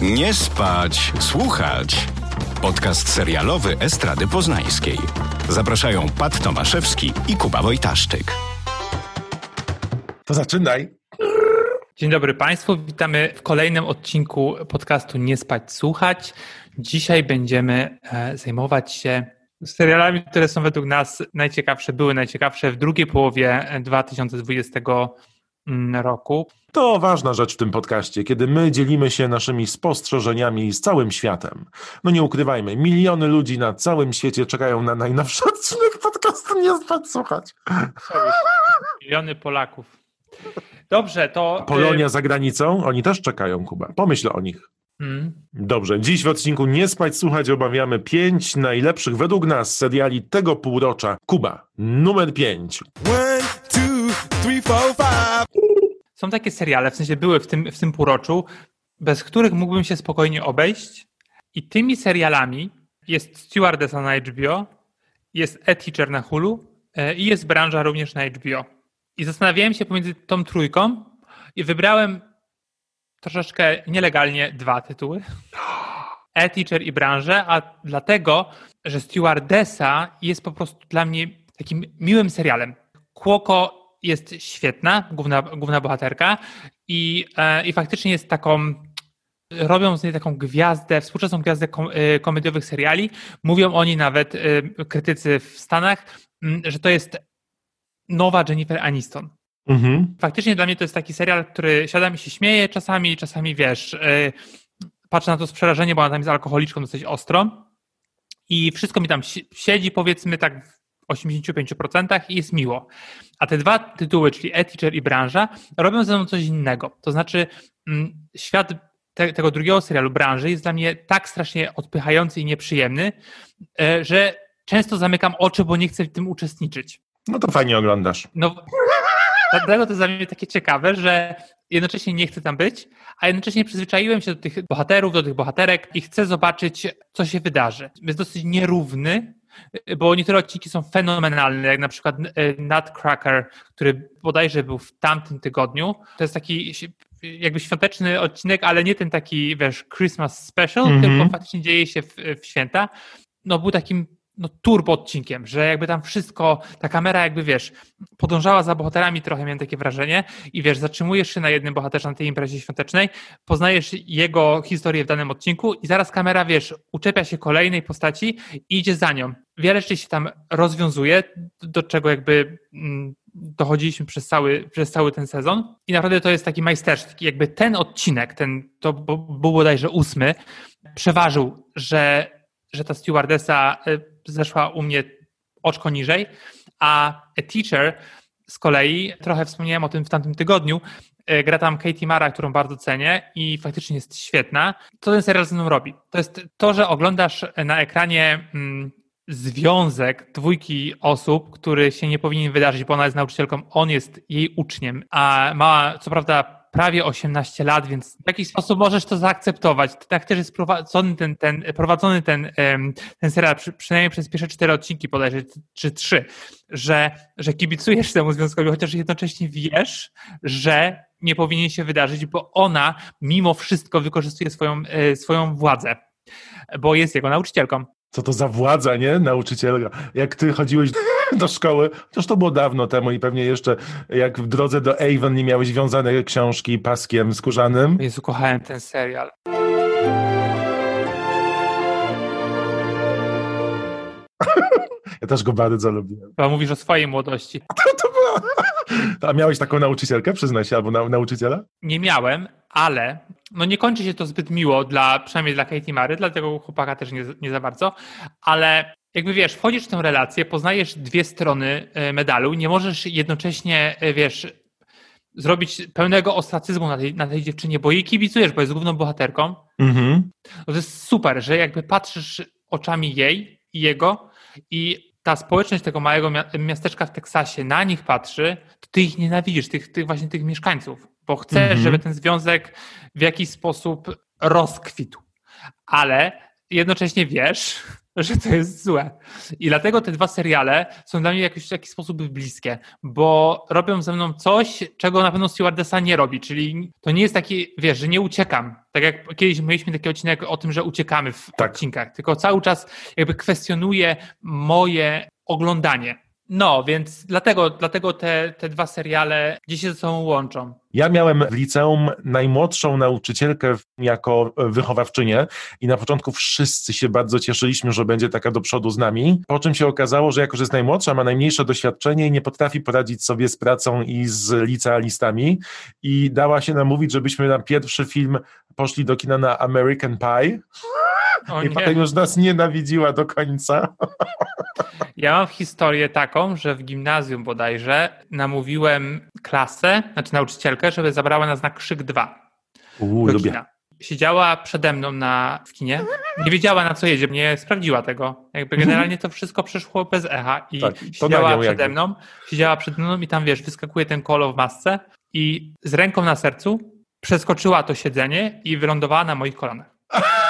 Nie spać, słuchać. Podcast serialowy Estrady Poznańskiej. Zapraszają Pat Tomaszewski i Kuba Wojtaszczyk. To zaczynaj. Dzień dobry Państwu, witamy w kolejnym odcinku podcastu Nie spać, słuchać. Dzisiaj będziemy zajmować się serialami, które są według nas były najciekawsze w drugiej połowie 2020 roku. To ważna rzecz w tym podcaście, kiedy my dzielimy się naszymi spostrzeżeniami z całym światem. No nie ukrywajmy, miliony ludzi na całym świecie czekają na najnowszy odcinek podcastu Nie spać, słuchać. Miliony Polaków. Dobrze, to... Polonia za granicą? Oni też czekają, Kuba. Pomyśl o nich. Dobrze, dziś w odcinku Nie spać, słuchać omawiamy 5 najlepszych według nas seriali tego półrocza. Kuba, numer 5. 1, 2, 3, 4, 5. Są takie seriale, w sensie były w tym półroczu, bez których mógłbym się spokojnie obejść. I tymi serialami jest Stewardessa na HBO, jest E-Teacher na Hulu i jest Branża również na HBO. I zastanawiałem się pomiędzy tą trójką i wybrałem troszeczkę nielegalnie 2 tytuły. E-Teacher i Branżę, a dlatego, że Stewardessa jest po prostu dla mnie takim miłym serialem. Kłoko jest świetna, główna bohaterka i faktycznie jest taką, robią z niej taką gwiazdę, współczesną gwiazdę komediowych seriali. Mówią oni nawet, krytycy w Stanach, że to jest nowa Jennifer Aniston. Faktycznie dla mnie to jest taki serial, który siadam i się śmieje czasami wiesz, patrzę na to z przerażeniem, bo ona tam jest alkoholiczką dosyć ostro i wszystko mi tam siedzi, powiedzmy tak w 85% i jest miło. A te 2 tytuły, czyli E-Teacher i Branża, robią ze mną coś innego. To znaczy świat tego drugiego serialu, Branży, jest dla mnie tak strasznie odpychający i nieprzyjemny, że często zamykam oczy, bo nie chcę w tym uczestniczyć. No to fajnie oglądasz. No, dlatego to jest dla mnie takie ciekawe, że jednocześnie nie chcę tam być, a jednocześnie przyzwyczaiłem się do tych bohaterów, do tych bohaterek i chcę zobaczyć, co się wydarzy. Jest dosyć nierówny, bo niektóre odcinki są fenomenalne, jak na przykład Nutcracker, który bodajże był w tamtym tygodniu. To jest taki jakby świąteczny odcinek, ale nie ten taki, wiesz, Christmas special, tylko faktycznie dzieje się w święta. No był takim turbo odcinkiem, że jakby tam wszystko, ta kamera jakby, wiesz, podążała za bohaterami trochę, miałem takie wrażenie i wiesz, zatrzymujesz się na jednym bohaterze na tej imprezie świątecznej, poznajesz jego historię w danym odcinku i zaraz kamera, wiesz, uczepia się kolejnej postaci i idzie za nią. Wiele rzeczy się tam rozwiązuje, do czego jakby dochodziliśmy przez cały ten sezon i naprawdę to jest taki majstersztyk. Jakby ten odcinek, to był bodajże 8, przeważył, że ta stewardessa zeszła u mnie oczko niżej, a A Teacher z kolei, trochę wspomniałem o tym w tamtym tygodniu, gra tam Katie Mara, którą bardzo cenię i faktycznie jest świetna. Co ten serial ze mną robi? To jest to, że oglądasz na ekranie związek 2 osób, który się nie powinien wydarzyć, bo ona jest nauczycielką, on jest jej uczniem, a ma co prawda prawie 18 lat, więc w jakiś sposób możesz to zaakceptować. Tak też jest prowadzony ten serial, przynajmniej przez pierwsze 4 odcinki bodajże, czy 3, że kibicujesz temu związkowi, chociaż jednocześnie wiesz, że nie powinien się wydarzyć, bo ona mimo wszystko wykorzystuje swoją władzę, bo jest jego nauczycielką. Co to za władza, nie? Nauczycielka. Jak ty chodziłeś do szkoły, chociaż to było dawno temu i pewnie jeszcze jak w drodze do Avon nie miałeś wiązane książki paskiem skórzanym. Jezu, kochałem ten serial. Ja też go bardzo lubiłem. Chyba mówisz o swojej młodości. To była... A miałeś taką nauczycielkę, przyznaj się, albo nauczyciela? Nie miałem, ale nie kończy się to zbyt miło, przynajmniej dla Katie Mary, dla tego chłopaka też nie za bardzo, ale jakby wiesz, wchodzisz w tę relację, poznajesz 2 strony medalu, nie możesz jednocześnie, wiesz, zrobić pełnego ostracyzmu na tej dziewczynie, bo jej kibicujesz, bo jest główną bohaterką. To jest super, że jakby patrzysz oczami jej i jego i ta społeczność tego małego miasteczka w Teksasie na nich patrzy, to ty ich nienawidzisz, tych mieszkańców, bo chcesz, żeby ten związek w jakiś sposób rozkwitł. Ale jednocześnie wiesz, że to jest złe. I dlatego te 2 seriale są dla mnie jakoś w jakiś sposób bliskie, bo robią ze mną coś, czego na pewno stewardessa nie robi, czyli to nie jest taki, wiesz, że nie uciekam. Tak jak kiedyś mieliśmy taki odcinek o tym, że uciekamy w odcinkach, tylko cały czas jakby kwestionuje moje oglądanie. No, więc dlatego te 2 seriale gdzieś się ze sobą łączą. Ja miałem w liceum najmłodszą nauczycielkę jako wychowawczynię i na początku wszyscy się bardzo cieszyliśmy, że będzie taka do przodu z nami, po czym się okazało, że jako, że jest najmłodsza, ma najmniejsze doświadczenie i nie potrafi poradzić sobie z pracą i z licealistami i dała się namówić, żebyśmy na pierwszy film poszli do kina na American Pie. I potem już nas nienawidziła do końca. Ja mam historię taką, że w gimnazjum bodajże namówiłem klasę, znaczy nauczycielkę, żeby zabrała nas na Krzyk 2 do kina. Siedziała przede mną w kinie, nie wiedziała na co jedzie, nie sprawdziła tego. Jakby generalnie to wszystko przeszło bez echa i siedziała przede mną i tam wiesz, wyskakuje ten kolo w masce i z ręką na sercu przeskoczyła to siedzenie i wylądowała na moich kolanach.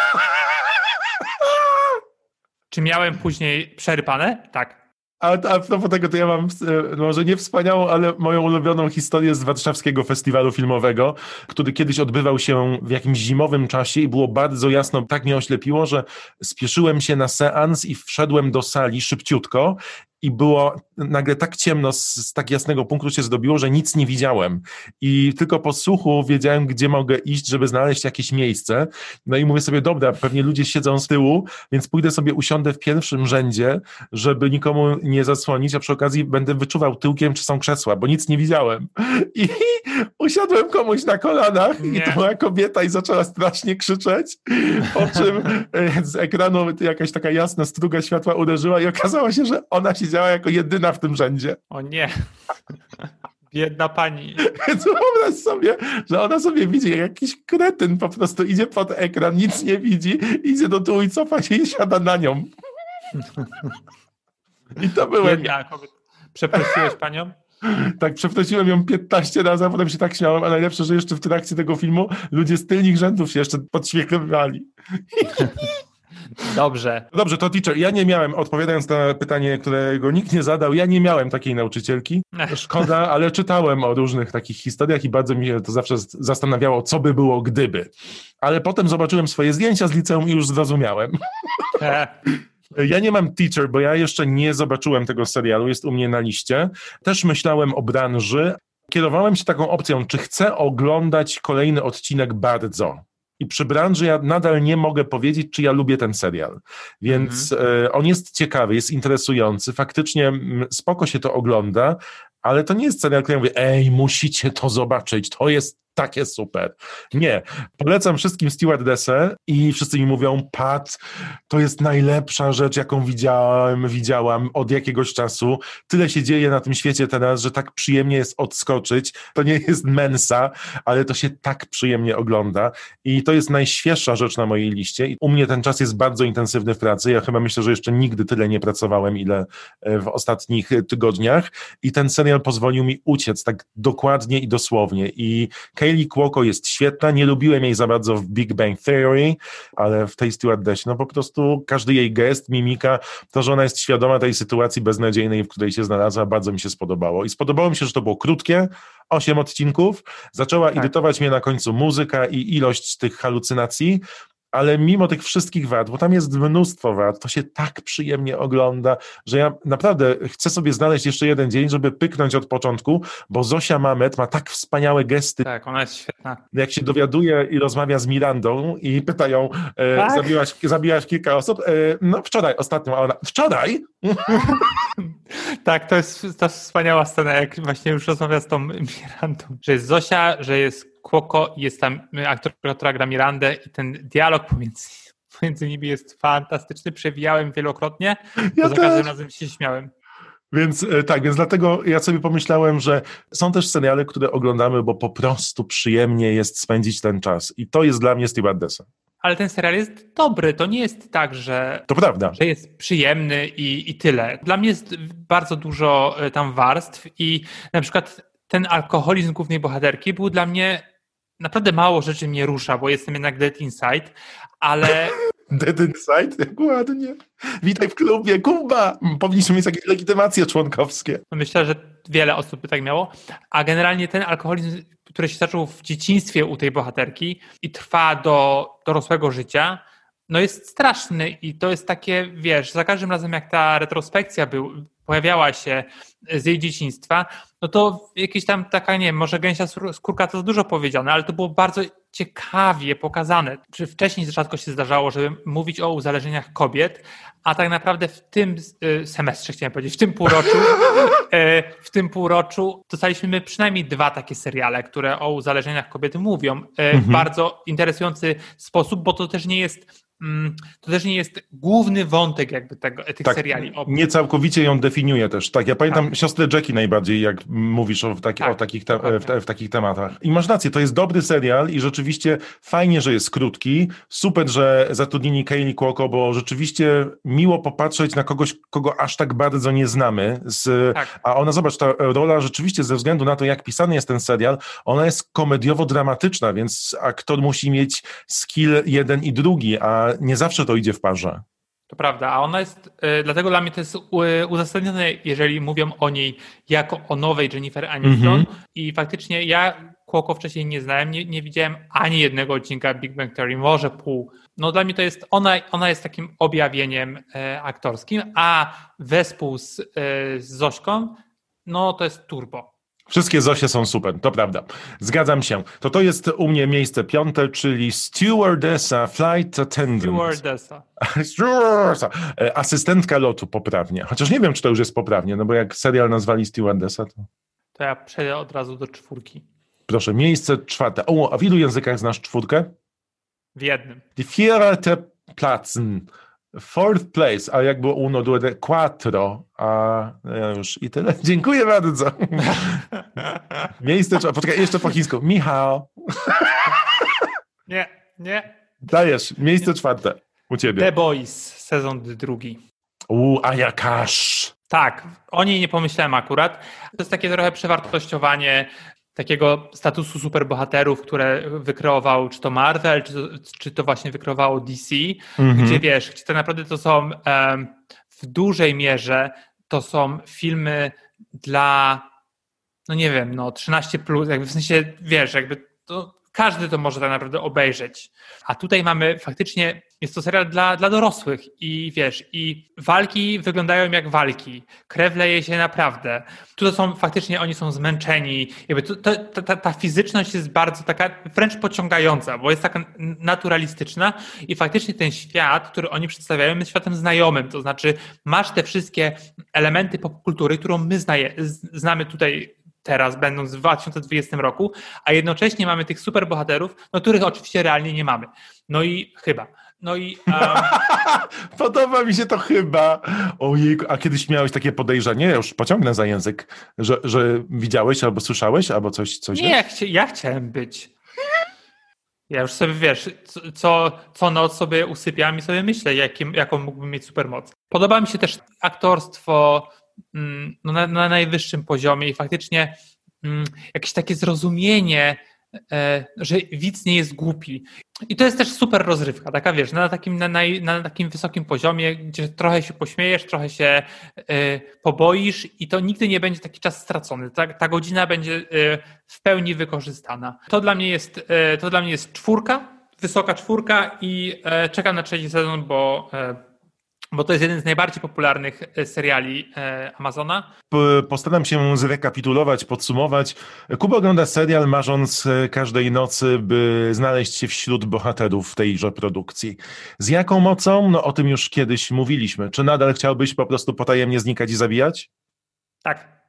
Czy miałem później przerypane? Tak. A propos tego, to ja mam może nie wspaniałą, ale moją ulubioną historię z Warszawskiego Festiwalu Filmowego, który kiedyś odbywał się w jakimś zimowym czasie i było bardzo jasno, tak mnie oślepiło, że spieszyłem się na seans i wszedłem do sali szybciutko i było nagle tak ciemno, z tak jasnego punktu się zdobiło, że nic nie widziałem. I tylko po słuchu wiedziałem, gdzie mogę iść, żeby znaleźć jakieś miejsce. No i mówię sobie, dobra, pewnie ludzie siedzą z tyłu, więc pójdę sobie, usiądę w pierwszym rzędzie, żeby nikomu nie zasłonić, a przy okazji będę wyczuwał tyłkiem, czy są krzesła, bo nic nie widziałem. I usiadłem komuś na kolanach i to była kobieta i zaczęła strasznie krzyczeć, po czym z ekranu jakaś taka jasna struga światła uderzyła i okazało się, że ona siedziała jako jedyna w tym rzędzie. O nie. Biedna pani. Więc wyobraź sobie, że ona sobie widzi, jak jakiś kretyn po prostu idzie pod ekran, nic nie widzi, idzie do tyłu i cofa się i siada na nią. I to byłem ja. Przeprosiłeś panią? Tak, przeprosiłem ją 15 razy, a potem się tak śmiałem, a najlepsze, że jeszcze w trakcie tego filmu ludzie z tylnych rzędów się jeszcze podśmiechywali. Dobrze, to teacher, ja nie miałem, odpowiadając na pytanie, którego nikt nie zadał, ja nie miałem takiej nauczycielki. Szkoda, ale czytałem o różnych takich historiach i bardzo mnie to zawsze zastanawiało, co by było gdyby. Ale potem zobaczyłem swoje zdjęcia z liceum i już zrozumiałem. Ja nie mam teacher, bo ja jeszcze nie zobaczyłem tego serialu, jest u mnie na liście. Też myślałem o branży. Kierowałem się taką opcją, czy chcę oglądać kolejny odcinek bardzo. I przy branży ja nadal nie mogę powiedzieć, czy ja lubię ten serial. Więc on jest ciekawy, jest interesujący, faktycznie spoko się to ogląda, ale to nie jest serial, który ja mówię, musicie to zobaczyć, to jest takie super. Nie. Polecam wszystkim Stewardessę i wszyscy mi mówią, Pat, to jest najlepsza rzecz, jaką widziałam od jakiegoś czasu. Tyle się dzieje na tym świecie teraz, że tak przyjemnie jest odskoczyć. To nie jest Mensa, ale to się tak przyjemnie ogląda i to jest najświeższa rzecz na mojej liście. I u mnie ten czas jest bardzo intensywny w pracy. Ja chyba myślę, że jeszcze nigdy tyle nie pracowałem, ile w ostatnich tygodniach i ten serial pozwolił mi uciec tak dokładnie i dosłownie. I Kaley Cuoco jest świetna, nie lubiłem jej za bardzo w Big Bang Theory, ale w tej Stewardessie, no po prostu każdy jej gest, mimika, to, że ona jest świadoma tej sytuacji beznadziejnej, w której się znalazła, bardzo mi się spodobało. I spodobało mi się, że to było krótkie, 8 odcinków, zaczęła irytować mnie na końcu muzyka i ilość tych halucynacji, ale mimo tych wszystkich wad, bo tam jest mnóstwo wad, to się tak przyjemnie ogląda, że ja naprawdę chcę sobie znaleźć jeszcze jeden dzień, żeby pyknąć od początku, bo Zosia Mamet ma tak wspaniałe gesty. Tak, ona jest świetna. Jak się dowiaduje i rozmawia z Mirandą i pyta ją, tak? zabiłaś kilka osób? No wczoraj, ostatnio, a ona, wczoraj? Tak, to jest wspaniała scena, jak właśnie już rozmawia z tą Mirandą, że jest Zosia, że jest Cuoco, jest tam aktorka, która gra Mirandę i ten dialog pomiędzy nimi jest fantastyczny, przewijałem wielokrotnie, bo za każdym razem się śmiałem. Więc dlatego ja sobie pomyślałem, że są też seriale, które oglądamy, bo po prostu przyjemnie jest spędzić ten czas i to jest dla mnie Stewardessa. Ale ten serial jest dobry, to nie jest tak, że, to prawda, że jest przyjemny i tyle. Dla mnie jest bardzo dużo tam warstw i na przykład ten alkoholizm głównej bohaterki był dla mnie, naprawdę mało rzeczy mnie rusza, bo jestem jednak dead inside, ale Dead Inside? Jak ładnie. Witaj w klubie, Kuba! Powinniśmy mieć jakieś legitymacje członkowskie. Myślę, że wiele osób by tak miało, a generalnie ten alkoholizm, który się zaczął w dzieciństwie u tej bohaterki i trwa do dorosłego życia, no jest straszny i to jest takie, wiesz, za każdym razem jak ta retrospekcja pojawiała się z jej dzieciństwa, no to jakieś tam taka, nie wiem, może gęsia skórka to za dużo powiedziane, ale to było bardzo ciekawie pokazane. Wcześniej rzadko się zdarzało, żeby mówić o uzależnieniach kobiet, a tak naprawdę w tym semestrze, chciałem powiedzieć, w tym półroczu dostaliśmy przynajmniej 2 takie seriale, które o uzależnieniach kobiet mówią w bardzo interesujący sposób, bo to też nie jest główny wątek jakby tych seriali. Nie całkowicie ją definiuje też. Tak, ja pamiętam siostrę Jackie najbardziej, jak mówisz w takich tematach. I masz rację, to jest dobry serial i rzeczywiście fajnie, że jest krótki. Super, że zatrudnili Kaley Cuoco, bo rzeczywiście miło popatrzeć na kogoś, kogo aż tak bardzo nie znamy. A ona, zobacz, ta rola rzeczywiście ze względu na to, jak pisany jest ten serial, ona jest komediowo-dramatyczna, więc aktor musi mieć skill jeden i drugi, a nie zawsze to idzie w parze. To prawda, a ona jest, dlatego dla mnie to jest uzasadnione, jeżeli mówią o niej jako o nowej Jennifer Aniston i faktycznie ja Cuoco wcześniej nie znałem, nie widziałem ani jednego odcinka Big Bang Theory, może pół. No dla mnie to jest, ona jest takim objawieniem aktorskim, a wespół z Zośką, no to jest turbo. Wszystkie Zosie są super, to prawda. Zgadzam się. To jest u mnie miejsce 5, czyli stewardessa, flight attendant. Stewardessa. Asystentka lotu poprawnie. Chociaż nie wiem, czy to już jest poprawnie, no bo jak serial nazwali stewardessa, to ja przejdę od razu do 4. Proszę, miejsce 4. A w ilu językach znasz 4? W jednym. Die vierte Platzen. 4th place, a jak było 1, 2, 4, a ja już i tyle. Dziękuję bardzo. Miejsce 4. Poczekaj, jeszcze po chińsku. Michał. Nie. Dajesz, miejsce 4 u ciebie. The Boys, sezon 2. Aya Cash. Tak, o niej nie pomyślałem akurat. To jest takie trochę przewartościowanie takiego statusu superbohaterów, które wykreował czy to Marvel, czy to właśnie wykreowało DC, gdzie wiesz, gdzie tak naprawdę to są w dużej mierze to są filmy dla, no nie wiem, 13+, jakby w sensie, wiesz, jakby to każdy to może tak naprawdę obejrzeć. A tutaj mamy faktycznie, jest to serial dla dorosłych i wiesz, i walki wyglądają jak walki. Krew leje się naprawdę. Tu są faktycznie, oni są zmęczeni. Jakby ta fizyczność jest bardzo taka wręcz pociągająca, bo jest taka naturalistyczna i faktycznie ten świat, który oni przedstawiają, jest światem znajomym. To znaczy masz te wszystkie elementy popkultury, którą my znamy tutaj teraz, będąc w 2020 roku, a jednocześnie mamy tych superbohaterów, których oczywiście realnie nie mamy. Podoba mi się to chyba. Ojejku, a kiedyś miałeś takie podejrzenie, ja już pociągnę za język, że widziałeś albo słyszałeś, albo coś Nie, ja chciałem być. Ja już sobie, wiesz, co noc sobie usypiam i sobie myślę, jaką mógłbym mieć supermoc. Podoba mi się też aktorstwo na najwyższym poziomie i faktycznie jakieś takie zrozumienie, że widz nie jest głupi. I to jest też super rozrywka, taka wiesz, na takim wysokim poziomie, gdzie trochę się pośmiejesz, trochę się poboisz i to nigdy nie będzie taki czas stracony. Ta godzina będzie w pełni wykorzystana. To dla mnie jest 4, wysoka 4 i czekam na 3 sezon, bo to jest jeden z najbardziej popularnych seriali Amazona. Postaram się zrekapitulować, podsumować. Kuba ogląda serial, marząc każdej nocy, by znaleźć się wśród bohaterów tejże produkcji. Z jaką mocą? No o tym już kiedyś mówiliśmy. Czy nadal chciałbyś po prostu potajemnie znikać i zabijać? Tak.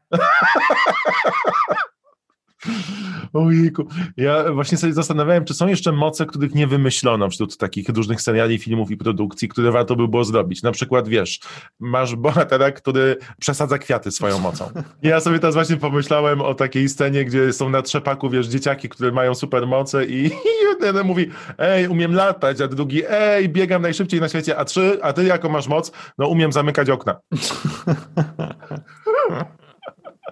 Ojejku, ja właśnie sobie zastanawiałem, czy są jeszcze moce, których nie wymyślono wśród takich różnych seriali, filmów i produkcji, które warto by było zrobić. Na przykład, wiesz, masz bohatera, który przesadza kwiaty swoją mocą. Ja sobie teraz właśnie pomyślałem o takiej scenie, gdzie są na trzepaku, wiesz, dzieciaki, które mają supermoce i jeden mówi, ej, umiem latać, a drugi, ej, biegam najszybciej na świecie, a ty jaką masz moc? No, umiem zamykać okna.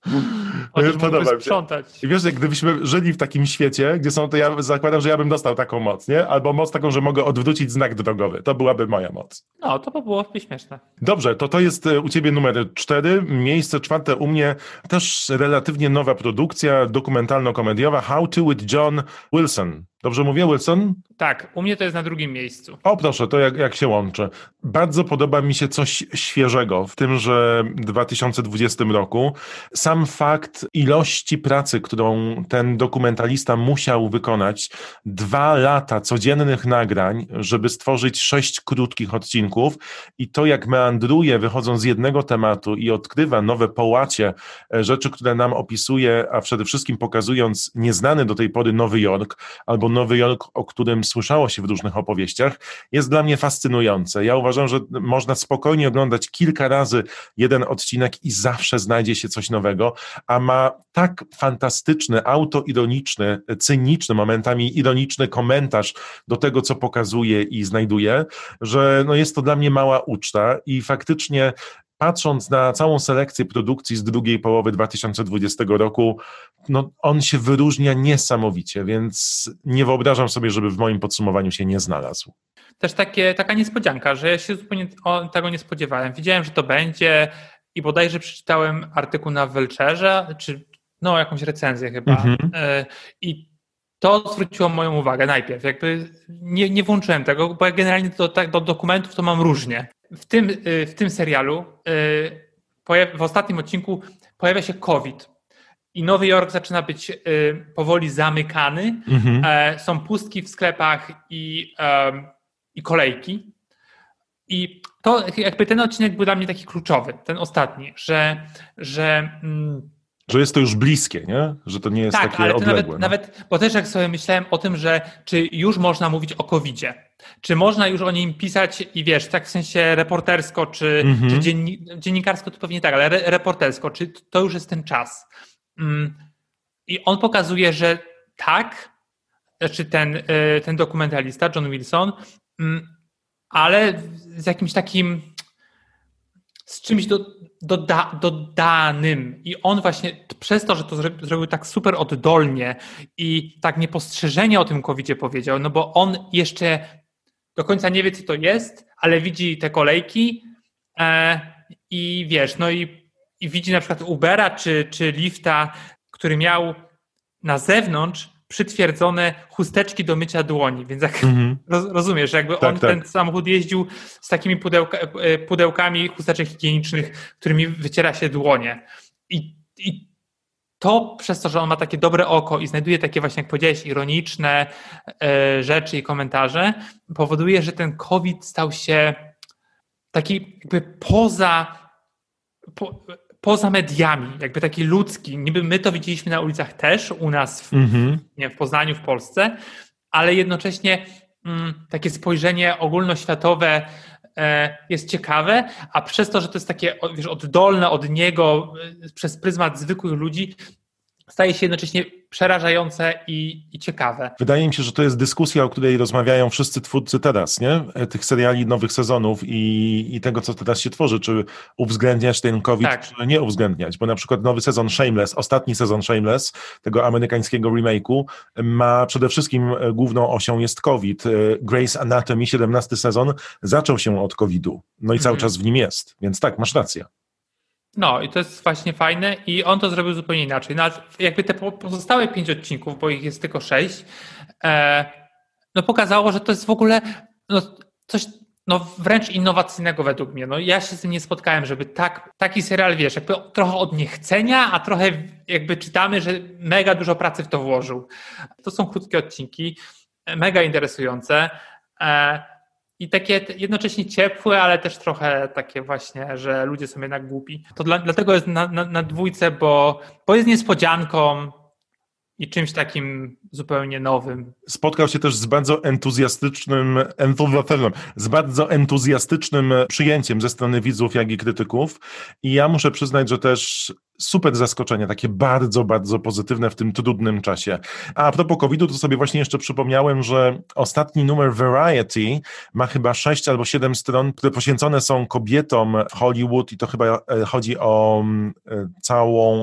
Chociaż Podoba mógłby mi się. sprzątać. I wiesz, jak gdybyśmy żyli w takim świecie, gdzie są, to ja zakładam, że ja bym dostał taką moc, nie? Albo moc taką, że mogę odwrócić znak drogowy. To byłaby moja moc. No, to by było śmieszne. Dobrze, to jest u ciebie numer 4. Miejsce 4 u mnie też relatywnie nowa produkcja dokumentalno-komediowa How to with John Wilson. Dobrze mówię, Wilson? Tak, u mnie to jest na drugim miejscu. O proszę, to jak się łączy. Bardzo podoba mi się coś świeżego w tymże 2020 roku. Sam fakt ilości pracy, którą ten dokumentalista musiał wykonać, 2 lata codziennych nagrań, żeby stworzyć 6 krótkich odcinków i to jak meandruje, wychodząc z jednego tematu i odkrywa nowe połacie, rzeczy, które nam opisuje, a przede wszystkim pokazując nieznany do tej pory Nowy Jork, albo Nowy Jork, o którym słyszało się w różnych opowieściach, jest dla mnie fascynujące. Ja uważam, że można spokojnie oglądać kilka razy jeden odcinek i zawsze znajdzie się coś nowego, a ma tak fantastyczny, autoironiczny, cyniczny, momentami ironiczny komentarz do tego, co pokazuje i znajduje, że no jest to dla mnie mała uczta i faktycznie patrząc na całą selekcję produkcji z drugiej połowy 2020 roku, no on się wyróżnia niesamowicie, więc nie wyobrażam sobie, żeby w moim podsumowaniu się nie znalazł. Też taka niespodzianka, że ja się zupełnie tego nie spodziewałem. Widziałem, że to będzie i bodajże przeczytałem artykuł na Vulture'ze, czy no jakąś recenzję chyba. I to zwróciło moją uwagę najpierw. Jakby nie włączyłem tego, bo ja generalnie do dokumentów to mam różnie. W tym serialu w ostatnim odcinku pojawia się COVID i Nowy Jork zaczyna być powoli zamykany. Są pustki w sklepach i kolejki. I to jakby ten odcinek był dla mnie taki kluczowy, ten ostatni, że jest to już bliskie, nie? Że to nie jest takie ale odległe. nawet, bo też jak sobie myślałem o tym, że czy już można mówić o COVID-zie, czy można już o nim pisać i wiesz, tak w sensie reportersko, czy dziennikarsko to pewnie tak, ale reportersko, czy to już jest ten czas. I on pokazuje, że tak, znaczy ten dokumentalista, John Wilson, ale z jakimś takim, z czymś dodanym. I on właśnie przez to, że to zrobił tak super oddolnie i tak niepostrzeżenie o tym COVID-zie powiedział, no bo on jeszcze do końca nie wie, co to jest, ale widzi te kolejki i wiesz, no i widzi na przykład Ubera czy Lifta, który miał na zewnątrz przytwierdzone chusteczki do mycia dłoni, więc jak rozumiesz, jakby ten samochód jeździł z takimi pudełkami chusteczek higienicznych, którymi wyciera się dłonie. I to przez to, że on ma takie dobre oko i znajduje takie właśnie, jak powiedziałeś, ironiczne rzeczy i komentarze, powoduje, że ten COVID stał się taki jakby poza mediami, jakby taki ludzki. Niby my to widzieliśmy na ulicach też, u nas w Poznaniu, w Polsce, ale jednocześnie takie spojrzenie ogólnoświatowe jest ciekawe, a przez to, że to jest takie, wiesz, oddolne od niego przez pryzmat zwykłych ludzi, staje się jednocześnie przerażające i ciekawe. Wydaje mi się, że to jest dyskusja, o której rozmawiają wszyscy twórcy teraz, nie? Tych seriali, nowych sezonów i tego, co teraz się tworzy, czy uwzględniać ten COVID, czy nie uwzględniać, bo na przykład nowy sezon Shameless, ostatni sezon Shameless, tego amerykańskiego remake'u, ma przede wszystkim główną osią jest COVID. Grey's Anatomy, 17 sezon, zaczął się od COVID-u, no i cały czas w nim jest, więc tak, masz rację. No i to jest właśnie fajne i on to zrobił zupełnie inaczej. No, jakby te pozostałe 5 odcinków, bo ich jest tylko 6, no pokazało, że to jest w ogóle coś wręcz innowacyjnego według mnie. No ja się z tym nie spotkałem, żeby taki serial, wiesz, jakby trochę od niechcenia, a trochę jakby czytamy, że mega dużo pracy w to włożył. To są krótkie odcinki, mega interesujące. I takie jednocześnie ciepłe, ale też trochę takie właśnie, że ludzie są jednak głupi. To dlatego jest na 2, bo jest niespodzianką i czymś takim zupełnie nowym. Spotkał się też z bardzo entuzjastycznym przyjęciem ze strony widzów, jak i krytyków. I ja muszę przyznać, że też super zaskoczenie, takie bardzo, bardzo pozytywne w tym trudnym czasie. A propos COVID-u, to sobie właśnie jeszcze przypomniałem, że ostatni numer Variety ma chyba 6 albo 7 stron, które poświęcone są kobietom w Hollywood i to chyba chodzi o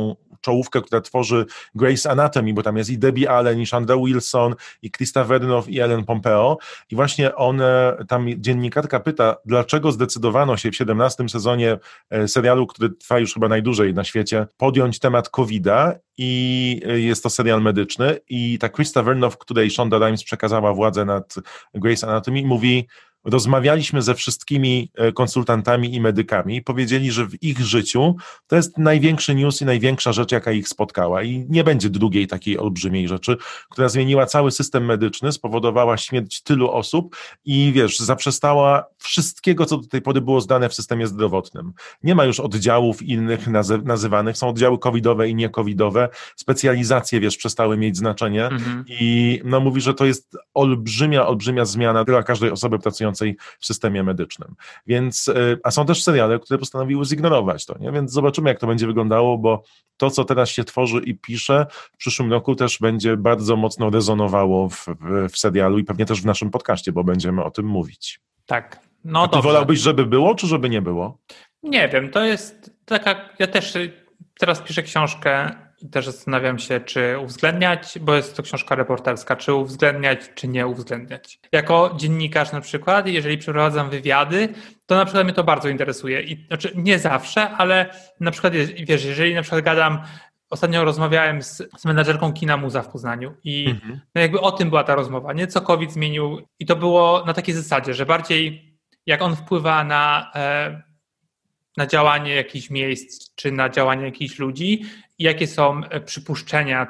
czołówkę, która tworzy Grey's Anatomy, bo tam jest i Debbie Allen, i Chandra Wilson, i Krista Vernow, i Ellen Pompeo i właśnie tam dziennikarka pyta, dlaczego zdecydowano się w 17 sezonie serialu, który trwa już chyba najdłużej na świecie, podjąć temat COVID-a i jest to serial medyczny i ta Krista Vernow, której Shonda Rhimes przekazała władzę nad Grey's Anatomy, mówi: rozmawialiśmy ze wszystkimi konsultantami i medykami, powiedzieli, że w ich życiu to jest największy news i największa rzecz, jaka ich spotkała i nie będzie drugiej takiej olbrzymiej rzeczy, która zmieniła cały system medyczny, spowodowała śmierć tylu osób i wiesz, zaprzestała wszystkiego, co do tej pory było zdane w systemie zdrowotnym. Nie ma już oddziałów innych nazywanych, są oddziały covidowe i nie-covidowe, specjalizacje, wiesz, przestały mieć znaczenie i no mówi, że to jest olbrzymia zmiana dla każdej osoby pracującej w systemie medycznym. Więc, a są też seriale, które postanowiły zignorować to, nie? Więc zobaczymy, jak to będzie wyglądało, bo to, co teraz się tworzy i pisze, w przyszłym roku też będzie bardzo mocno rezonowało w serialu i pewnie też w naszym podcaście, bo będziemy o tym mówić. Tak. No a ty wolałbyś, żeby było, czy żeby nie było? Nie wiem, to jest taka, ja też teraz piszę książkę i też zastanawiam się, czy uwzględniać, bo jest to książka reporterska, czy uwzględniać, czy nie uwzględniać. Jako dziennikarz na przykład, jeżeli przeprowadzam wywiady, to na przykład mnie to bardzo interesuje. I znaczy nie zawsze, ale na przykład, wiesz, jeżeli na przykład ostatnio rozmawiałem z menadżerką Kina Muza w Poznaniu i no jakby o tym była ta rozmowa, nie? Co COVID zmienił i to było na takiej zasadzie, że bardziej jak on wpływa na działanie jakichś miejsc, czy na działanie jakichś ludzi i jakie są przypuszczenia,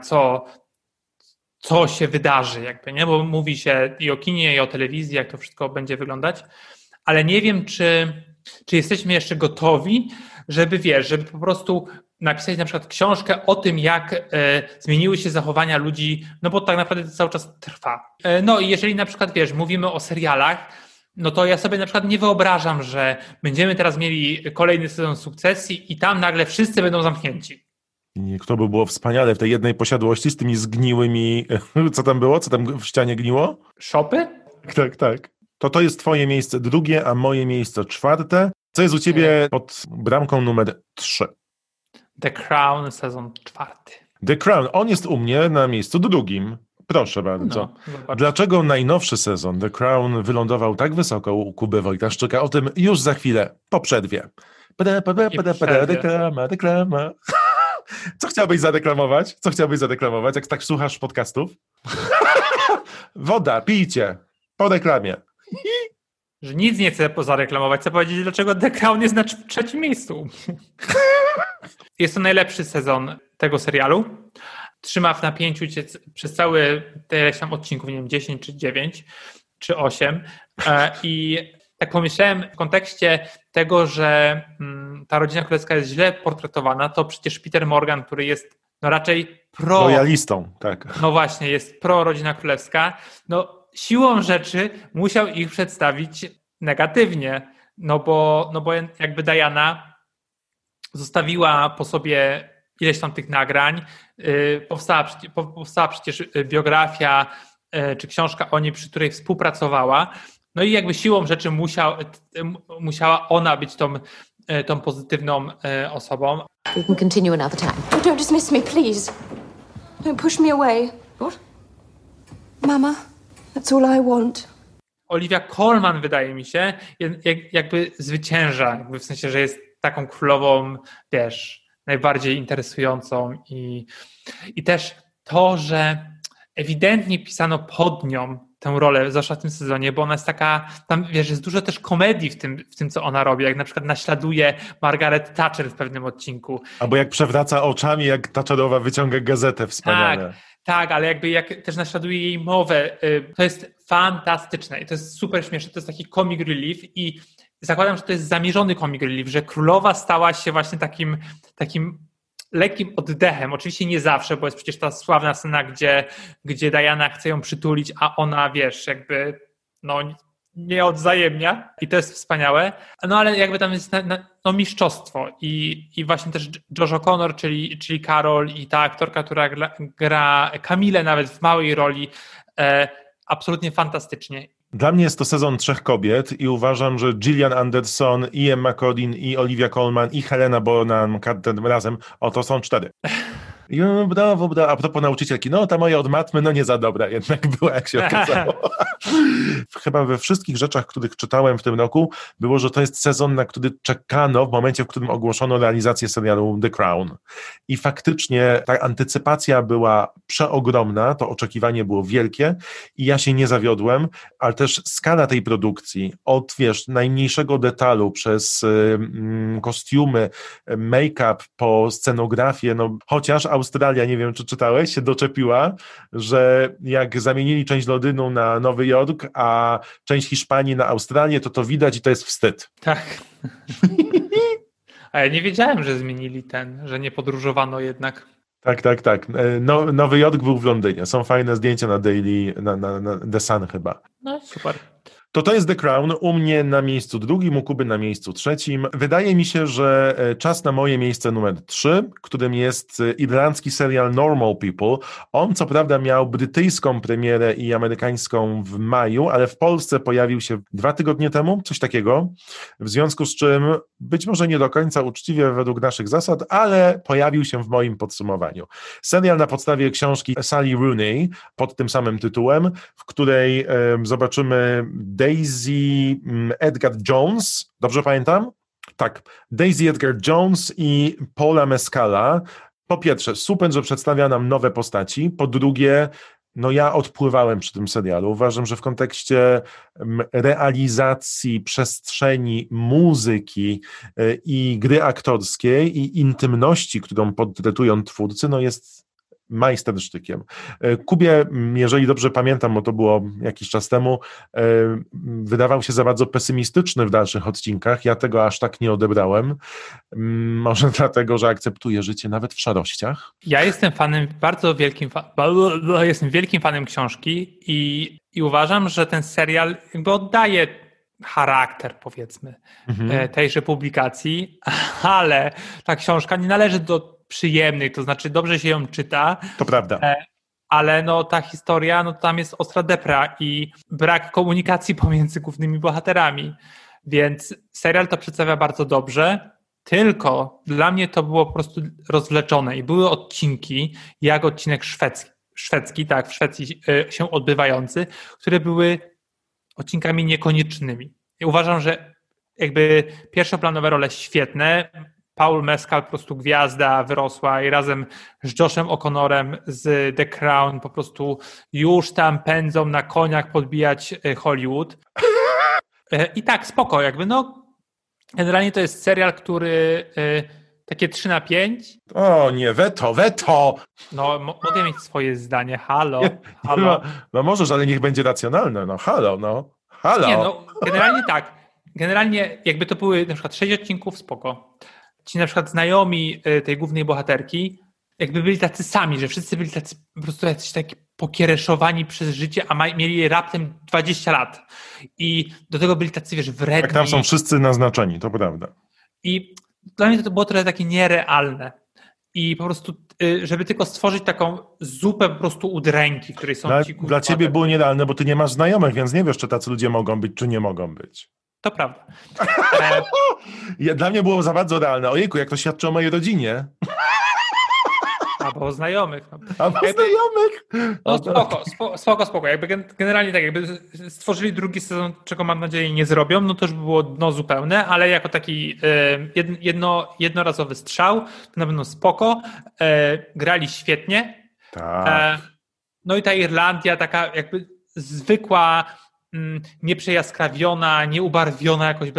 co się wydarzy, jakby, nie? Bo mówi się i o kinie, i o telewizji, jak to wszystko będzie wyglądać, ale nie wiem, czy jesteśmy jeszcze gotowi, żeby po prostu napisać na przykład książkę o tym, jak zmieniły się zachowania ludzi, no bo tak naprawdę to cały czas trwa. No i jeżeli na przykład, mówimy o serialach, no to ja sobie na przykład nie wyobrażam, że będziemy teraz mieli kolejny sezon Sukcesji i tam nagle wszyscy będą zamknięci. I to by było wspaniale w tej jednej posiadłości z tymi zgniłymi... Co tam było? Co tam w ścianie gniło? Szopy? Tak. To jest twoje miejsce drugie, a moje miejsce czwarte. Co jest u ciebie pod bramką numer 3? The Crown, sezon 4. The Crown. On jest u mnie na miejscu drugim. Proszę bardzo. No, dlaczego najnowszy sezon The Crown wylądował tak wysoko u Kuby Wojtaszczyka? O tym już za chwilę, po przerwie. Reklama. Co chciałbyś zareklamować, jak tak słuchasz podcastów? Woda, pijcie. Po reklamie. Że nic nie chcę zareklamować, chcę powiedzieć, dlaczego The Crown jest na trzecim miejscu. Jest to najlepszy sezon tego serialu. Trzyma w napięciu cię przez cały ileś tam odcinków, nie wiem, 10 czy 9 czy 8 i tak pomyślałem w kontekście tego, że ta rodzina królewska jest źle portretowana, to przecież Peter Morgan, który jest no raczej lojalistą, tak. No właśnie, jest rodzina królewska, no siłą rzeczy musiał ich przedstawić negatywnie, no bo jakby Diana zostawiła po sobie ileś tam tych nagrań, powstała przecież biografia czy książka o niej, przy której współpracowała, no i jakby siłą rzeczy musiała ona być tą pozytywną osobą. We can continue another time. Oh, don't dismiss me, please. Don't push me away. What? Mama, that's all I want. Olivia Colman, wydaje mi się, jakby zwycięża, jakby w sensie, że jest taką królową, najbardziej interesującą i też to, że ewidentnie pisano pod nią tę rolę, zwłaszcza w tym sezonie, bo ona jest taka, tam jest dużo też komedii w tym, co ona robi, jak na przykład naśladuje Margaret Thatcher w pewnym odcinku. Albo jak przewraca oczami, jak Thatcherowa wyciąga gazetę, wspaniale. Tak, ale jakby jak też naśladuje jej mowę, to jest fantastyczne i to jest super śmieszne, to jest taki comic relief i zakładam, że to jest zamierzony comic relief, że królowa stała się właśnie takim lekkim oddechem. Oczywiście nie zawsze, bo jest przecież ta sławna scena, gdzie Diana chce ją przytulić, a ona, jakby nie odwzajemnia i to jest wspaniałe. No ale jakby tam jest mistrzostwo i właśnie też Josh O'Connor, czyli Carol i ta aktorka, która gra Camille nawet w małej roli, absolutnie fantastycznie. Dla mnie jest to sezon 3 kobiet i uważam, że Gillian Anderson, Ian McCordin i Olivia Colman i Helena Bonham Carter razem, to są 4. Brawo. A propos nauczycielki, ta moja od matmy, nie za dobra jednak była, jak się okazało. Chyba we wszystkich rzeczach, których czytałem w tym roku, było, że to jest sezon, na który czekano w momencie, w którym ogłoszono realizację serialu The Crown. I faktycznie ta antycypacja była przeogromna, to oczekiwanie było wielkie i ja się nie zawiodłem, ale też skala tej produkcji, od najmniejszego detalu, przez kostiumy, make-up, po scenografię, chociaż Australia, nie wiem czy czytałeś, się doczepiła, że jak zamienili część Londynu na Nowy Jork, a część Hiszpanii na Australię, to widać i to jest wstyd. Tak. A ja nie wiedziałem, że zmienili że nie podróżowano jednak. Tak. Nowy Jork był w Londynie. Są fajne zdjęcia na Daily, na The Sun chyba. No super. To jest The Crown, u mnie na miejscu 2, u Kuby na miejscu 3. Wydaje mi się, że czas na moje miejsce numer 3, którym jest irlandzki serial Normal People. On co prawda miał brytyjską premierę i amerykańską w maju, ale w Polsce pojawił się 2 tygodnie temu, coś takiego, w związku z czym być może nie do końca uczciwie według naszych zasad, ale pojawił się w moim podsumowaniu. Serial na podstawie książki Sally Rooney pod tym samym tytułem, w której zobaczymy Daisy Edgar Jones, dobrze pamiętam? Tak, Daisy Edgar Jones i Paula Mescala. Po pierwsze, super, że przedstawia nam nowe postaci. Po drugie, ja odpływałem przy tym serialu. Uważam, że w kontekście realizacji przestrzeni, muzyki i gry aktorskiej i intymności, którą portretują twórcy, jest majstersztykiem. Kubie, jeżeli dobrze pamiętam, bo to było jakiś czas temu, wydawał się za bardzo pesymistyczny w dalszych odcinkach. Ja tego aż tak nie odebrałem. Może dlatego, że akceptuję życie nawet w szarościach. Ja jestem fanem, jestem wielkim fanem książki i uważam, że ten serial oddaje charakter, powiedzmy, tejże publikacji, ale ta książka nie należy do przyjemnych, to znaczy dobrze się ją czyta. To prawda. Ale ta historia, tam jest ostra depra i brak komunikacji pomiędzy głównymi bohaterami, więc serial to przedstawia bardzo dobrze, tylko dla mnie to było po prostu rozwleczone i były odcinki, jak odcinek szwedzki, tak, w Szwecji się odbywający, które były odcinkami niekoniecznymi. I uważam, że pierwszoplanowe role świetne, Paul Mescal po prostu gwiazda wyrosła i razem z Joshem O'Connorem z The Crown po prostu już tam pędzą na koniach podbijać Hollywood. I tak, spoko, generalnie to jest serial, który takie 3/5. O nie, weto! Mogę mieć swoje zdanie, halo. Możesz, ale niech będzie racjonalne, halo. Nie, generalnie tak. Generalnie jakby to były na przykład 6 odcinków, spoko. Ci na przykład znajomi tej głównej bohaterki byli tacy sami, że wszyscy byli tacy po prostu jacyś taki pokiereszowani przez życie, a mieli raptem 20 lat. I do tego byli tacy, wredni. Tak, tam są wszyscy naznaczeni, to prawda. I dla mnie to było trochę takie nierealne. I po prostu, żeby tylko stworzyć taką zupę po prostu udręki, w której są ci... Dla ciebie było nierealne, bo ty nie masz znajomych, więc nie wiesz, czy tacy ludzie mogą być, czy nie mogą być. To prawda. Dla mnie było za bardzo realne. Ojejku, jak to świadczy o mojej rodzinie. Albo o znajomych. Znajomych! Spoko. Generalnie tak, stworzyli drugi sezon, czego mam nadzieję nie zrobią, to już by było dno zupełne, ale jako taki jednorazowy strzał, to na pewno spoko. Grali świetnie. Tak. I ta Irlandia taka zwykła, nieprzejaskrawiona, nieubarwiona jakoś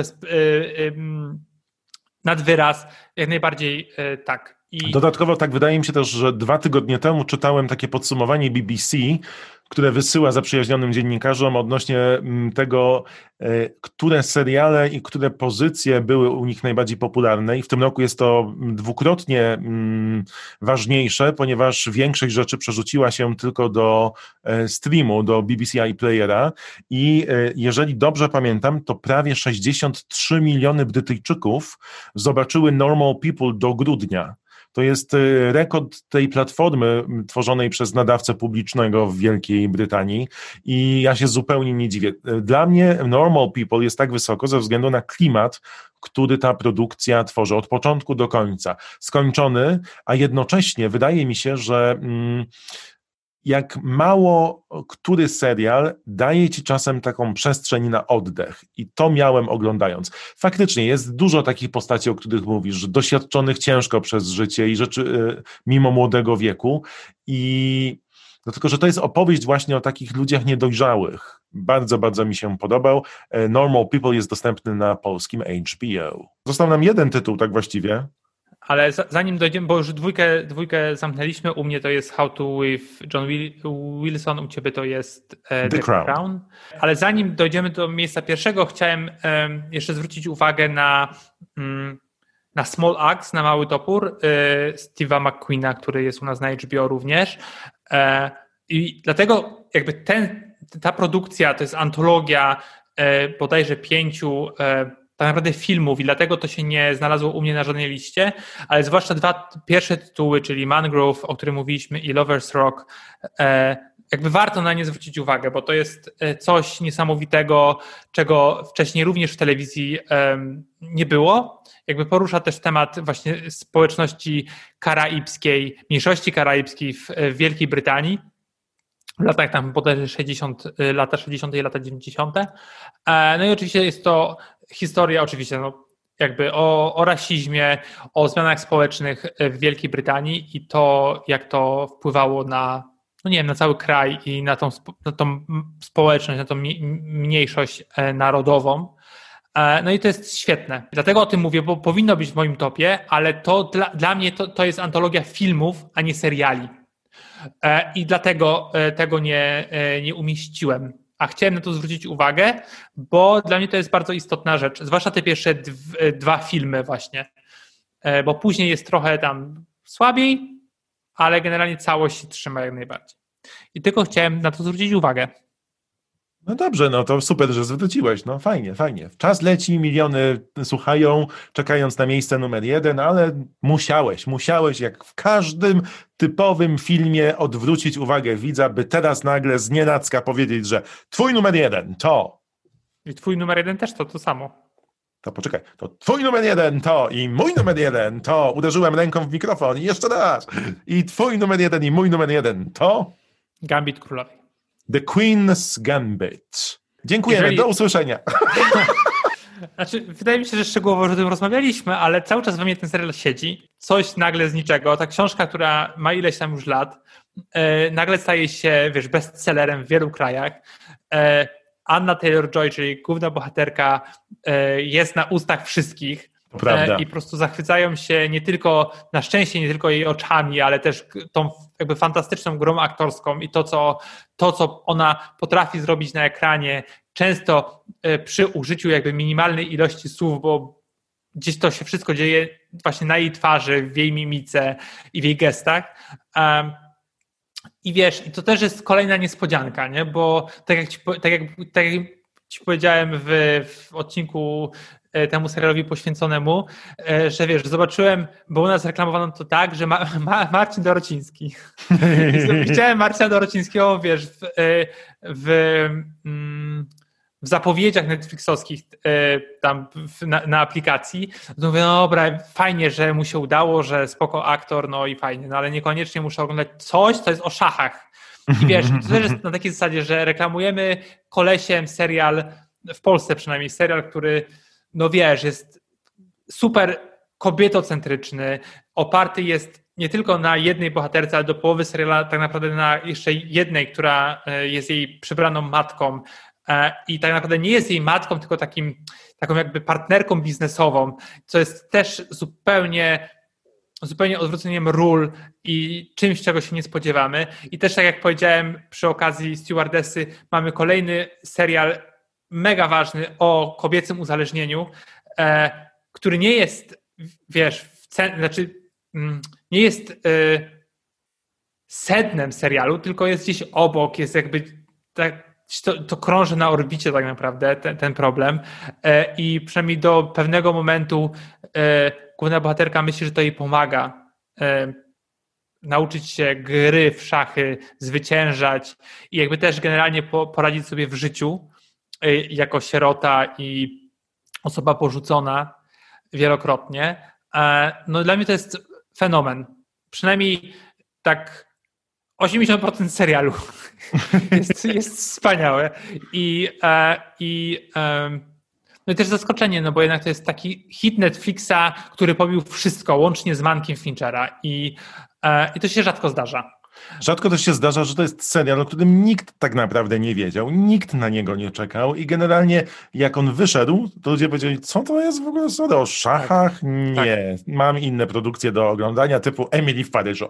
nad wyraz, jak najbardziej tak. Dodatkowo tak wydaje mi się też, że 2 tygodnie temu czytałem takie podsumowanie BBC, które wysyła zaprzyjaźnionym dziennikarzom odnośnie tego, które seriale i które pozycje były u nich najbardziej popularne i w tym roku jest to dwukrotnie ważniejsze, ponieważ większość rzeczy przerzuciła się tylko do streamu, do BBC iPlayera i jeżeli dobrze pamiętam, to prawie 63 miliony Brytyjczyków zobaczyły Normal People do grudnia. To jest rekord tej platformy tworzonej przez nadawcę publicznego w Wielkiej Brytanii i ja się zupełnie nie dziwię. Dla mnie Normal People jest tak wysoko ze względu na klimat, który ta produkcja tworzy od początku do końca. Skończony, a jednocześnie wydaje mi się, że jak mało który serial daje ci czasem taką przestrzeń na oddech i to miałem oglądając. Faktycznie jest dużo takich postaci, o których mówisz, doświadczonych ciężko przez życie i rzeczy mimo młodego wieku i tylko, że to jest opowieść właśnie o takich ludziach niedojrzałych. Bardzo, bardzo mi się podobał. Normal People jest dostępny na polskim HBO. Został nam jeden tytuł tak właściwie. Ale zanim dojdziemy, bo już dwójkę zamknęliśmy, u mnie to jest How to with John Wilson, u ciebie to jest The Crown. Ale zanim dojdziemy do miejsca pierwszego, chciałem jeszcze zwrócić uwagę na Small Axe, na Mały Topór Steve'a McQueena, który jest u nas na HBO również. I dlatego jakby ta produkcja to jest antologia bodajże 5 tak naprawdę filmów i dlatego to się nie znalazło u mnie na żadnej liście, ale zwłaszcza 2 pierwsze tytuły, czyli Mangrove, o którym mówiliśmy, i Lover's Rock, jakby warto na nie zwrócić uwagę, bo to jest coś niesamowitego, czego wcześniej również w telewizji nie było. Jakby porusza też temat właśnie społeczności karaibskiej, mniejszości karaibskiej w Wielkiej Brytanii. W latach tam bodajże lata 60. i lata 90. No i oczywiście jest to historia oczywiście jakby o rasizmie, o zmianach społecznych w Wielkiej Brytanii i to, jak to wpływało na cały kraj i na tą społeczność, na tą mniejszość narodową. No i to jest świetne. Dlatego o tym mówię, bo powinno być w moim topie, ale to dla mnie to jest antologia filmów, a nie seriali. I dlatego tego nie umieściłem. A chciałem na to zwrócić uwagę, bo dla mnie to jest bardzo istotna rzecz, zwłaszcza te pierwsze 2 filmy właśnie, bo później jest trochę tam słabiej, ale generalnie całość się trzyma jak najbardziej. I tylko chciałem na to zwrócić uwagę. No dobrze, no to super, że zwróciłeś, no fajnie. Czas leci, miliony słuchają, czekając na miejsce numer 1, ale musiałeś jak w każdym typowym filmie odwrócić uwagę widza, by teraz nagle znienacka powiedzieć, że twój numer 1 to... I twój numer 1 też to samo. To poczekaj, to twój numer 1 to i mój numer 1 to... Uderzyłem ręką w mikrofon i jeszcze raz. I twój numer 1 i mój numer 1 to... Gambit Królowej. The Queen's Gambit. Dziękujemy, do usłyszenia. Znaczy, wydaje mi się, że szczegółowo już o tym rozmawialiśmy, ale cały czas we mnie ten serial siedzi. Coś nagle z niczego. Ta książka, która ma ileś tam już lat, nagle staje się, bestsellerem w wielu krajach. Anna Taylor-Joy, czyli główna bohaterka, jest na ustach wszystkich. Prawda. I po prostu zachwycają się na szczęście nie tylko jej oczami, ale też tą jakby fantastyczną grą aktorską i to, co ona potrafi zrobić na ekranie, często przy użyciu jakby minimalnej ilości słów, bo gdzieś to się wszystko dzieje właśnie na jej twarzy, w jej mimice i w jej gestach. I i to też jest kolejna niespodzianka, nie? Bo tak jak ci powiedziałem w odcinku temu serialowi poświęconemu, że zobaczyłem, bo u nas reklamowano to tak, że Marcin Dorociński. Widziałem Marcina Dorocińskiego, w zapowiedziach netflixowskich tam na aplikacji. To mówię, no dobra, fajnie, że mu się udało, że spoko aktor, no i fajnie, no ale niekoniecznie muszę oglądać coś, co jest o szachach. I to też jest na takiej zasadzie, że reklamujemy kolesiem serial, w Polsce przynajmniej serial, który jest super kobietocentryczny, oparty jest nie tylko na jednej bohaterce, ale do połowy seriala tak naprawdę na jeszcze jednej, która jest jej przybraną matką i tak naprawdę nie jest jej matką, tylko taką jakby partnerką biznesową, co jest też zupełnie odwróceniem ról i czymś, czego się nie spodziewamy. I też tak jak powiedziałem przy okazji Stewardessy, mamy kolejny serial mega ważny o kobiecym uzależnieniu, który nie jest, nie jest sednem serialu, tylko jest gdzieś obok, jest jakby to krąży na orbicie tak naprawdę ten problem i przynajmniej do pewnego momentu główna bohaterka myśli, że to jej pomaga nauczyć się gry w szachy, zwyciężać i jakby też generalnie poradzić sobie w życiu jako sierota i osoba porzucona wielokrotnie. No dla mnie to jest fenomen. Przynajmniej tak 80% serialu jest wspaniałe. No i też zaskoczenie, no bo jednak to jest taki hit Netflixa, który pobił wszystko, łącznie z Mankiem Finchera i to się rzadko zdarza. Rzadko też się zdarza, że to jest serial, o którym nikt tak naprawdę nie wiedział, nikt na niego nie czekał i generalnie jak on wyszedł, to ludzie powiedzieli, co to jest w ogóle o szachach? Tak, nie, tak. Mam inne produkcje do oglądania typu Emily w Paryżu,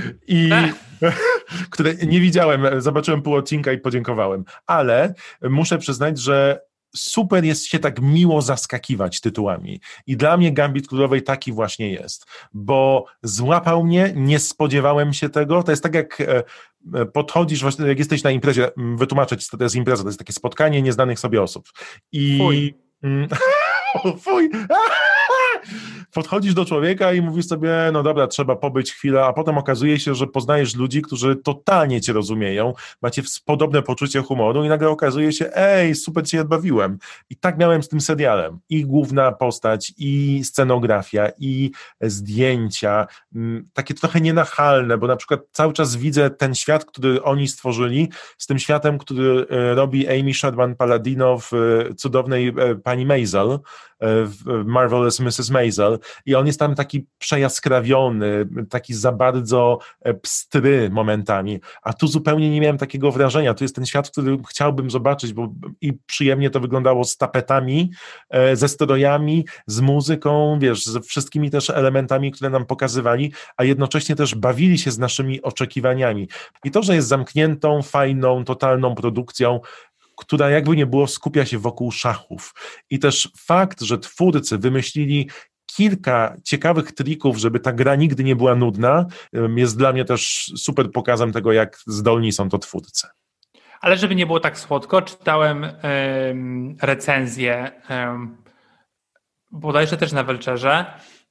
które nie widziałem, zobaczyłem pół odcinka i podziękowałem, ale muszę przyznać, że super jest się tak miło zaskakiwać tytułami. I dla mnie Gambit Królowej taki właśnie jest, bo złapał mnie, nie spodziewałem się tego. To jest tak jak podchodzisz, właśnie jak jesteś na imprezie, wytłumaczę ci, co to jest impreza, to jest takie spotkanie nieznanych sobie osób. I... Fuj! Podchodzisz do człowieka i mówisz sobie, no dobra, trzeba pobyć chwilę, a potem okazuje się, że poznajesz ludzi, którzy totalnie cię rozumieją, macie podobne poczucie humoru i nagle okazuje się, super cię odbawiłem. I tak miałem z tym serialem. I główna postać, i scenografia, i zdjęcia, takie trochę nienachalne, bo na przykład cały czas widzę ten świat, który oni stworzyli, z tym światem, który robi Amy Sherman-Palladino w cudownej pani Maisel, w Marvelous Mrs. Maisel i on jest tam taki przejaskrawiony, taki za bardzo pstry momentami, a tu zupełnie nie miałem takiego wrażenia. Tu jest ten świat, który chciałbym zobaczyć, bo i przyjemnie to wyglądało z tapetami, ze strojami, z muzyką, wiesz, ze wszystkimi też elementami, które nam pokazywali, a jednocześnie też bawili się z naszymi oczekiwaniami. I to, że jest zamkniętą, fajną, totalną produkcją, która jakby nie było skupia się wokół szachów. I też fakt, że twórcy wymyślili kilka ciekawych trików, żeby ta gra nigdy nie była nudna, jest dla mnie też super pokazem tego, jak zdolni są to twórcy. Ale żeby nie było tak słodko, czytałem recenzję, bodajże też na Welcherze,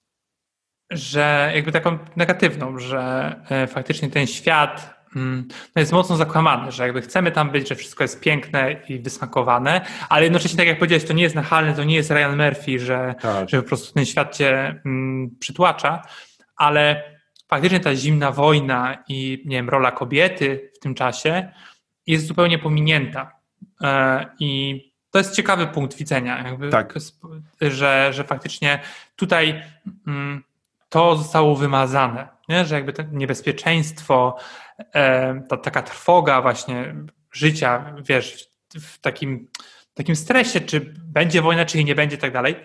że jakby taką negatywną, że faktycznie ten świat jest mocno zakłamany, że jakby chcemy tam być, że wszystko jest piękne i wysmakowane, ale jednocześnie, tak jak powiedziałeś, to nie jest nachalne, to nie jest Ryan Murphy, że po prostu ten świat cię przytłacza, ale faktycznie ta zimna wojna i nie wiem, rola kobiety w tym czasie jest zupełnie pominięta. I to jest ciekawy punkt widzenia, jakby, że faktycznie tutaj to zostało wymazane, nie? Że jakby to niebezpieczeństwo, ta taka trwoga właśnie życia, wiesz, w takim stresie, czy będzie wojna, czy jej nie będzie i tak dalej.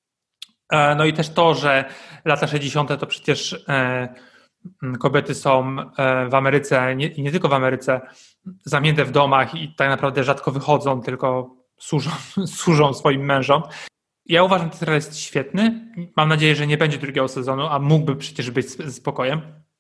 No i też to, że lata 60. to przecież kobiety są w Ameryce, i nie tylko w Ameryce, zamknięte w domach i tak naprawdę rzadko wychodzą, tylko służą swoim mężom. Ja uważam, że ten serial jest świetny. Mam nadzieję, że nie będzie drugiego sezonu, a mógłby przecież być z spokojem.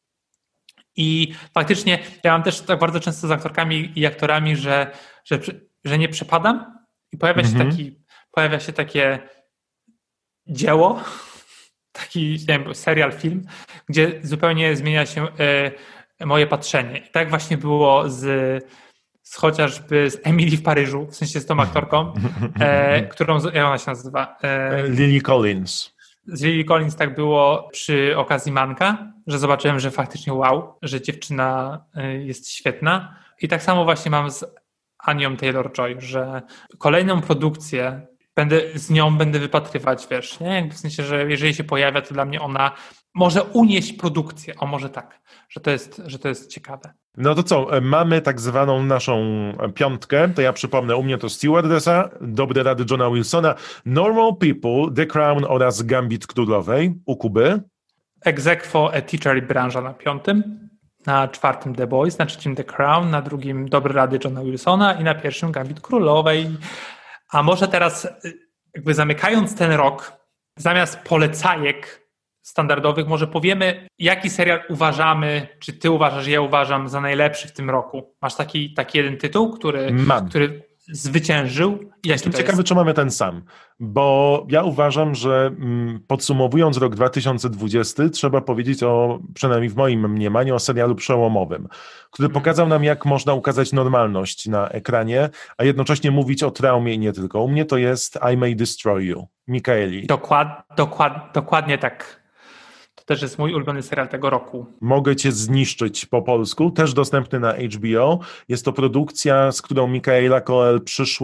I faktycznie ja mam też tak bardzo często z aktorkami i aktorami, że nie przepadam i pojawia się takie dzieło, taki nie wiem, serial, film, gdzie zupełnie zmienia się moje patrzenie. I tak właśnie było chociażby z Emily w Paryżu, w sensie z tą aktorką, którą, jak ona się nazywa? Lily Collins. Z Lily Collins tak było przy okazji Manka, że zobaczyłem, że faktycznie wow, że dziewczyna jest świetna. I tak samo właśnie mam z Anią Taylor-Joy, że kolejną produkcję z nią będę wypatrywać, wiesz, nie? Jakby w sensie, że jeżeli się pojawia, to dla mnie ona może unieść produkcję, może tak, że to jest ciekawe. No to co, mamy tak zwaną naszą piątkę, to ja przypomnę, u mnie to Stewardessa, Dobre rady Johna Wilsona, Normal People, The Crown oraz Gambit Królowej, u Kuby. Ex aequo, A Teacher i Branża na 5, na 4 The Boys, na 3 The Crown, na 2 Dobre rady Johna Wilsona i na 1 Gambit Królowej. A może teraz jakby zamykając ten rok, zamiast polecajek standardowych, może powiemy, jaki serial uważamy, czy ty uważasz, ja uważam za najlepszy w tym roku. Masz taki jeden tytuł, który zwyciężył? Jestem ciekawy, czy mamy ten sam, bo ja uważam, że podsumowując rok 2020, trzeba powiedzieć o, przynajmniej w moim mniemaniu, o serialu przełomowym, który pokazał nam, jak można ukazać normalność na ekranie, a jednocześnie mówić o traumie i nie tylko. U mnie to jest I May Destroy You, Michaeli. Dokładnie tak. To też jest mój ulubiony serial tego roku. Mogę cię zniszczyć po polsku, też dostępny na HBO. Jest to produkcja, z którą Michaela Coel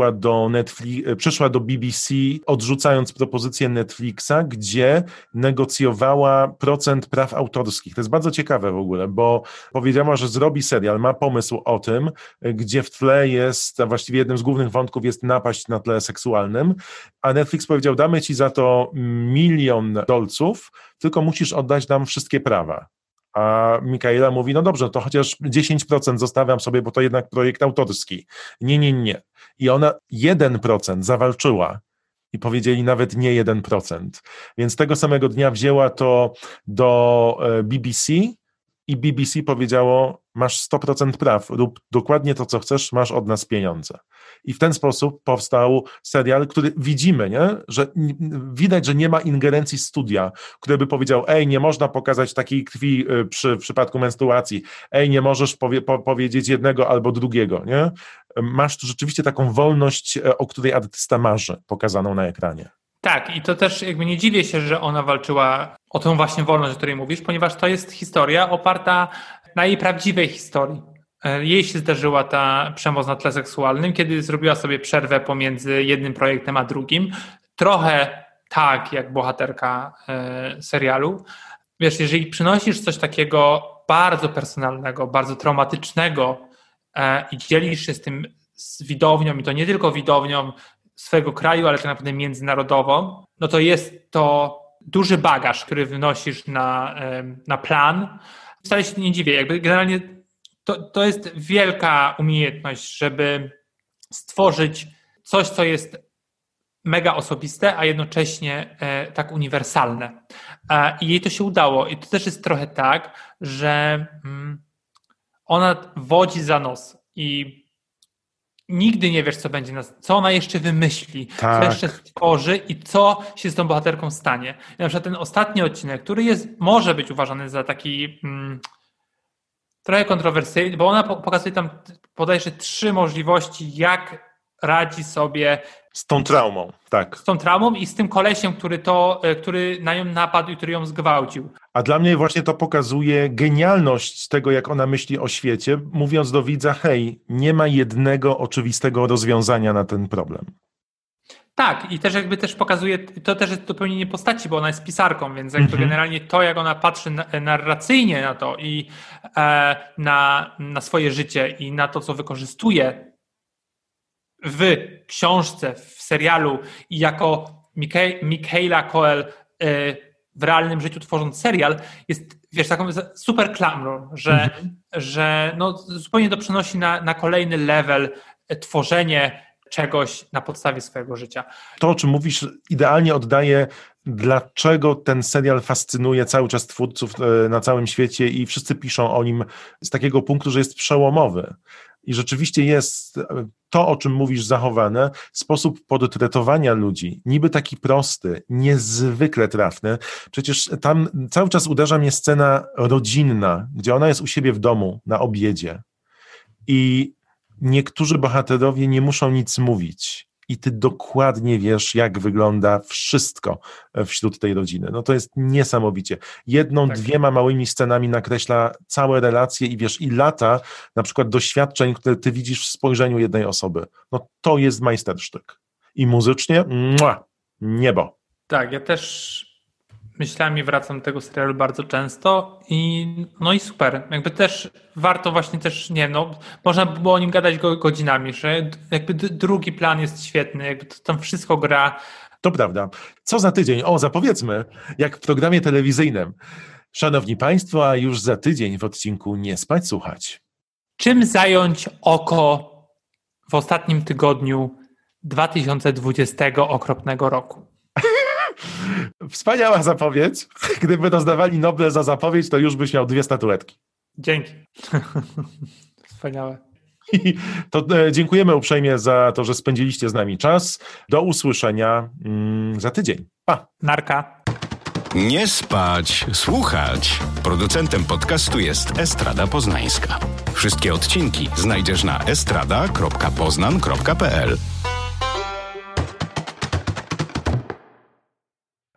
przyszła do BBC, odrzucając propozycję Netflixa, gdzie negocjowała procent praw autorskich. To jest bardzo ciekawe w ogóle, bo powiedziała, że zrobi serial, ma pomysł o tym, gdzie w tle jest, a właściwie jednym z głównych wątków jest napaść na tle seksualnym, a Netflix powiedział, damy ci za to $1 000 000, tylko musisz oddać nam wszystkie prawa. A Michaela mówi, no dobrze, to chociaż 10% zostawiam sobie, bo to jednak projekt autorski. Nie. I ona 1% zawalczyła i powiedzieli nawet nie 1%. Więc tego samego dnia wzięła to do BBC i BBC powiedziało, masz 100% praw, rób dokładnie to, co chcesz, masz od nas pieniądze. I w ten sposób powstał serial, który widzimy, nie? Że widać, że nie ma ingerencji studia, które by powiedział, nie można pokazać takiej krwi w przypadku menstruacji, nie możesz powiedzieć jednego albo drugiego, nie? Masz tu rzeczywiście taką wolność, o której artysta marzy, pokazaną na ekranie. Tak, i to też jakby nie dziwię się, że ona walczyła o tę właśnie wolność, o której mówisz, ponieważ to jest historia oparta na jej prawdziwej historii. Jej się zdarzyła ta przemoc na tle seksualnym, kiedy zrobiła sobie przerwę pomiędzy jednym projektem a drugim. Trochę tak jak bohaterka serialu. Wiesz, jeżeli przynosisz coś takiego bardzo personalnego, bardzo traumatycznego i dzielisz się z tym z widownią, i to nie tylko widownią swojego kraju, ale tak naprawdę międzynarodową, no to jest to duży bagaż, który wynosisz na plan. Wcale się nie dziwię, jakby generalnie to jest wielka umiejętność, żeby stworzyć coś, co jest mega osobiste, a jednocześnie tak uniwersalne. I jej to się udało. I to też jest trochę tak, że ona wodzi za nos i nigdy nie wiesz, co będzie, co ona jeszcze wymyśli, tak, co jeszcze stworzy i co się z tą bohaterką stanie. I na przykład ten ostatni odcinek, który może być uważany za taki trochę kontrowersyjny, bo ona pokazuje tam bodajże 3 możliwości, jak radzi sobie z tą traumą, tak. Z tą traumą i z tym kolesiem, który na nią napadł i który ją zgwałcił. A dla mnie właśnie to pokazuje genialność tego, jak ona myśli o świecie, mówiąc do widza, hej, nie ma jednego oczywistego rozwiązania na ten problem. Tak, i też jakby też pokazuje, to też jest dopełnienie postaci, bo ona jest pisarką, więc jakby generalnie to, jak ona patrzy narracyjnie na to i na swoje życie i na to, co wykorzystuje w książce, w serialu i jako Michaela Coel w realnym życiu tworząc serial, jest, wiesz, taką super klamrą, że no, zupełnie to przenosi na kolejny level tworzenie czegoś na podstawie swojego życia. To, o czym mówisz, idealnie oddaje, dlaczego ten serial fascynuje cały czas twórców na całym świecie i wszyscy piszą o nim z takiego punktu, że jest przełomowy. I rzeczywiście jest to, o czym mówisz, zachowane, sposób portretowania ludzi, niby taki prosty, niezwykle trafny. Przecież tam cały czas uderza mnie scena rodzinna, gdzie ona jest u siebie w domu, na obiedzie. I niektórzy bohaterowie nie muszą nic mówić. I ty dokładnie wiesz, jak wygląda wszystko wśród tej rodziny. No to jest niesamowicie. Dwiema małymi scenami nakreśla całe relacje i wiesz, i lata na przykład doświadczeń, które ty widzisz w spojrzeniu jednej osoby. No to jest majstersztyk. I muzycznie, niebo. Tak, ja też myślami wracam do tego serialu bardzo często i super. Jakby też warto właśnie też, można by było o nim gadać godzinami, że jakby drugi plan jest świetny, jakby to tam wszystko gra. To prawda. Co za tydzień? Zapowiedzmy, jak w programie telewizyjnym. Szanowni Państwo, a już za tydzień w odcinku Nie spać, słuchać. Czym zająć oko w ostatnim tygodniu 2020 okropnego roku? Wspaniała zapowiedź. Gdyby rozdawali Noble za zapowiedź, to już byś miał 2 statuetki. Dzięki. Wspaniałe. I to dziękujemy uprzejmie za to, że spędziliście z nami czas. Do usłyszenia za tydzień. Pa! Narka. Nie spać, słuchać. Producentem podcastu jest Estrada Poznańska. Wszystkie odcinki znajdziesz na estrada.poznan.pl.